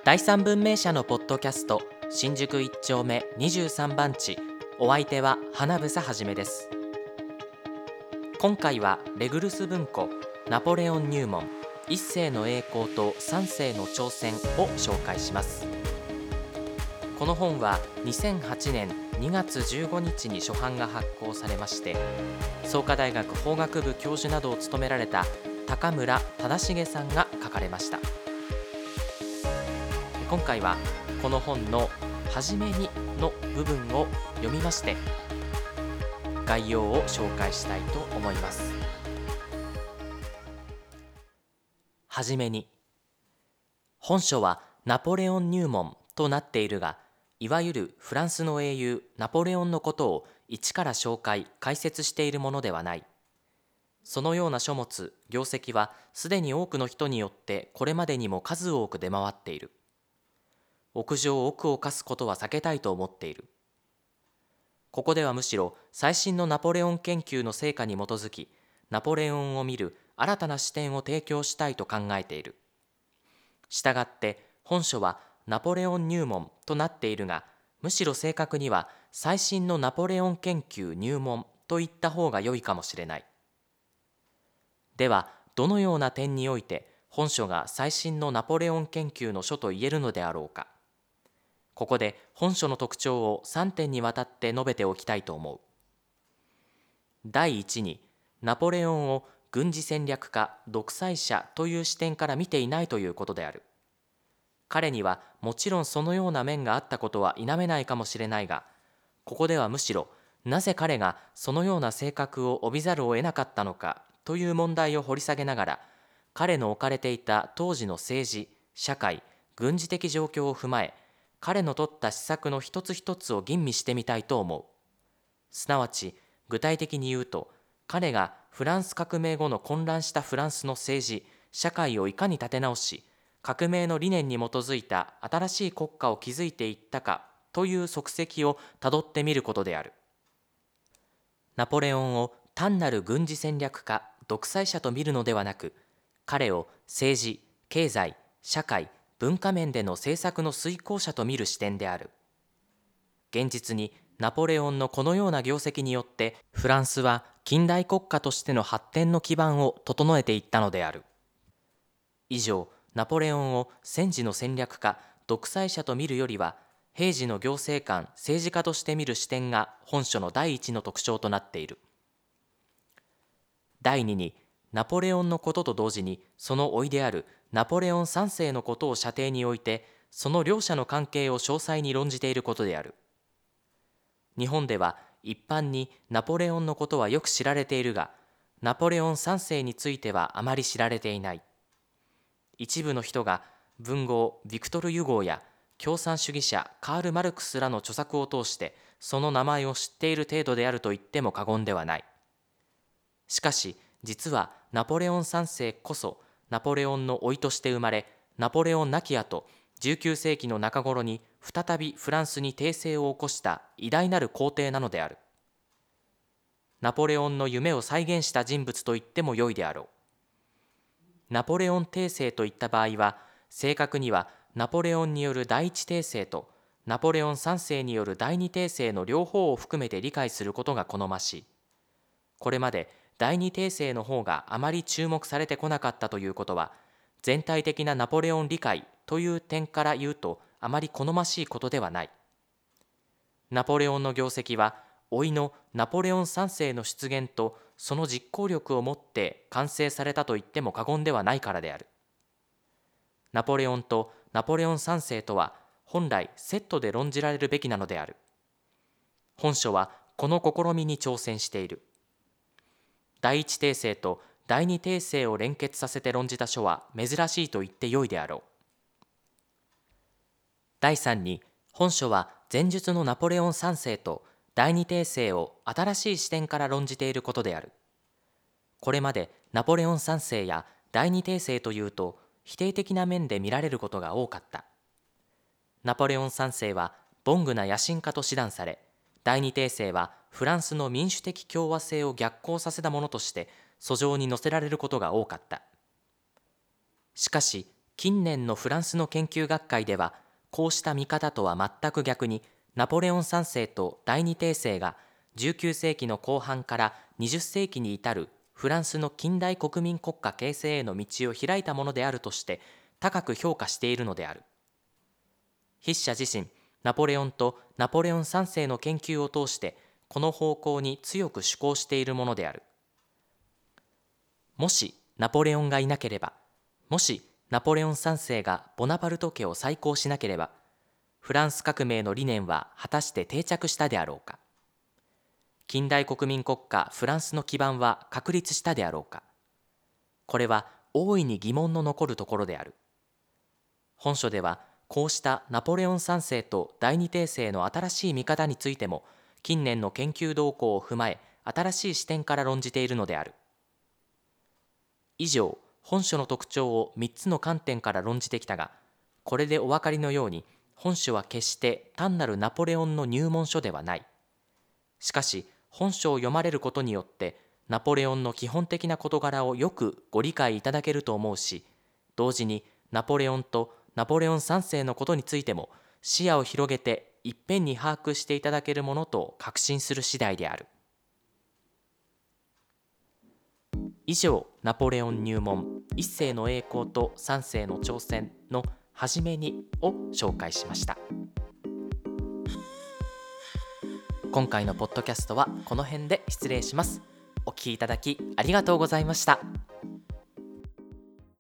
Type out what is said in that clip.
第三文明社のポッドキャスト新宿一丁目23番地、お相手は花房はじめです。今回はレグルス文庫ナポレオン入門一世の栄光と三世の挑戦を紹介します。この本は2008年2月15日に初版が発行されまして、創価大学法学部教授などを務められた高村忠重さんが書かれました。今回はこの本のはじめにの部分を読みまして概要を紹介したいと思います。はじめに、本書はナポレオン入門となっているが、いわゆるフランスの英雄ナポレオンのことを一から紹介解説しているものではない。そのような書物業績はすでに多くの人によってこれまでにも数多く出回っている。屋上奥を課すことは避けたいと思っている。ここではむしろ最新のナポレオン研究の成果に基づき、ナポレオンを見る新たな視点を提供したいと考えている。したがって本書はナポレオン入門となっているが、むしろ正確には最新のナポレオン研究入門といった方が良いかもしれない。では、どのような点において本書が最新のナポレオン研究の書と言えるのであろうか。ここで本書の特徴を3点にわたって述べておきたいと思う。第一に、ナポレオンを軍事戦略家、独裁者という視点から見ていないということである。彼にはもちろんそのような面があったことは否めないかもしれないが、ここではむしろなぜ彼がそのような性格を帯びざるを得なかったのかという問題を掘り下げながら、彼の置かれていた当時の政治、社会、軍事的状況を踏まえ、彼の取った施策の一つ一つを吟味してみたいと思う。すなわち具体的に言うと、彼がフランス革命後の混乱したフランスの政治、社会をいかに立て直し、革命の理念に基づいた新しい国家を築いていったかという足跡をたどってみることである。ナポレオンを単なる軍事戦略家、独裁者と見るのではなく、彼を政治、経済、社会、文化面での政策の遂行者と見る視点である。現実にナポレオンのこのような業績によってフランスは近代国家としての発展の基盤を整えていったのである。以上、ナポレオンを戦時の戦略家、独裁者と見るよりは平時の行政官、政治家として見る視点が本書の第一の特徴となっている。第二に、ナポレオンのことと同時にその甥であるナポレオン三世のことを射程において、その両者の関係を詳細に論じていることである。日本では一般にナポレオンのことはよく知られているが、ナポレオン三世についてはあまり知られていない。一部の人が文豪ビクトル・ユゴーや共産主義者カール・マルクスらの著作を通してその名前を知っている程度であると言っても過言ではない。しかし実はナポレオン三世こそナポレオンの甥として生まれ、ナポレオン亡き後19世紀の中頃に再びフランスに帝政を起こした偉大なる皇帝なのである。ナポレオンの夢を再現した人物と言っても良いであろう。ナポレオン帝政といった場合は、正確にはナポレオンによる第一帝政とナポレオン三世による第二帝政の両方を含めて理解することが好ましい。これまで第二帝政の方があまり注目されてこなかったということは、全体的なナポレオン理解という点から言うとあまり好ましいことではない。ナポレオンの業績は甥のナポレオン三世の出現とその実行力をもって完成されたと言っても過言ではないからである。ナポレオンとナポレオン三世とは本来セットで論じられるべきなのである。本書はこの試みに挑戦している。第一帝政と第二帝政を連結させて論じた書は珍しいと言ってよいであろう。第三に、本書は前述のナポレオン三世と第二帝政を新しい視点から論じていることである。これまでナポレオン三世や第二帝政というと否定的な面で見られることが多かった。ナポレオン三世は凡愚な野心家と指談され、第二帝政はフランスの民主的共和制を逆行させたものとして訴状に載せられることが多かった。しかし近年のフランスの研究学会では、こうした見方とは全く逆に、ナポレオン3世と第二帝政が19世紀の後半から20世紀に至るフランスの近代国民国家形成への道を開いたものであるとして高く評価しているのである。筆者自身、ナポレオンとナポレオン3世の研究を通してこの方向に強く主向しているものである。もしナポレオンがいなければ、もしナポレオン3世がボナパルト家を再興しなければ、フランス革命の理念は果たして定着したであろうか。近代国民国家フランスの基盤は確立したであろうか。これは大いに疑問の残るところである。本書ではこうしたナポレオン3世と第二帝政の新しい見方についても近年の研究動向を踏まえ新しい視点から論じているのである。以上、本書の特徴を3つの観点から論じてきたが、これでお分かりのように本書は決して単なるナポレオンの入門書ではない。しかし本書を読まれることによってナポレオンの基本的な事柄をよくご理解いただけると思うし、同時にナポレオンとナポレオン3世のことについても視野を広げていっぺんに把握していただけるものと確信する次第である。以上、ナポレオン入門1世の栄光と3世の挑戦のはじめにを紹介しました。今回のポッドキャストはこの辺で失礼します。お聞きいただきありがとうございました。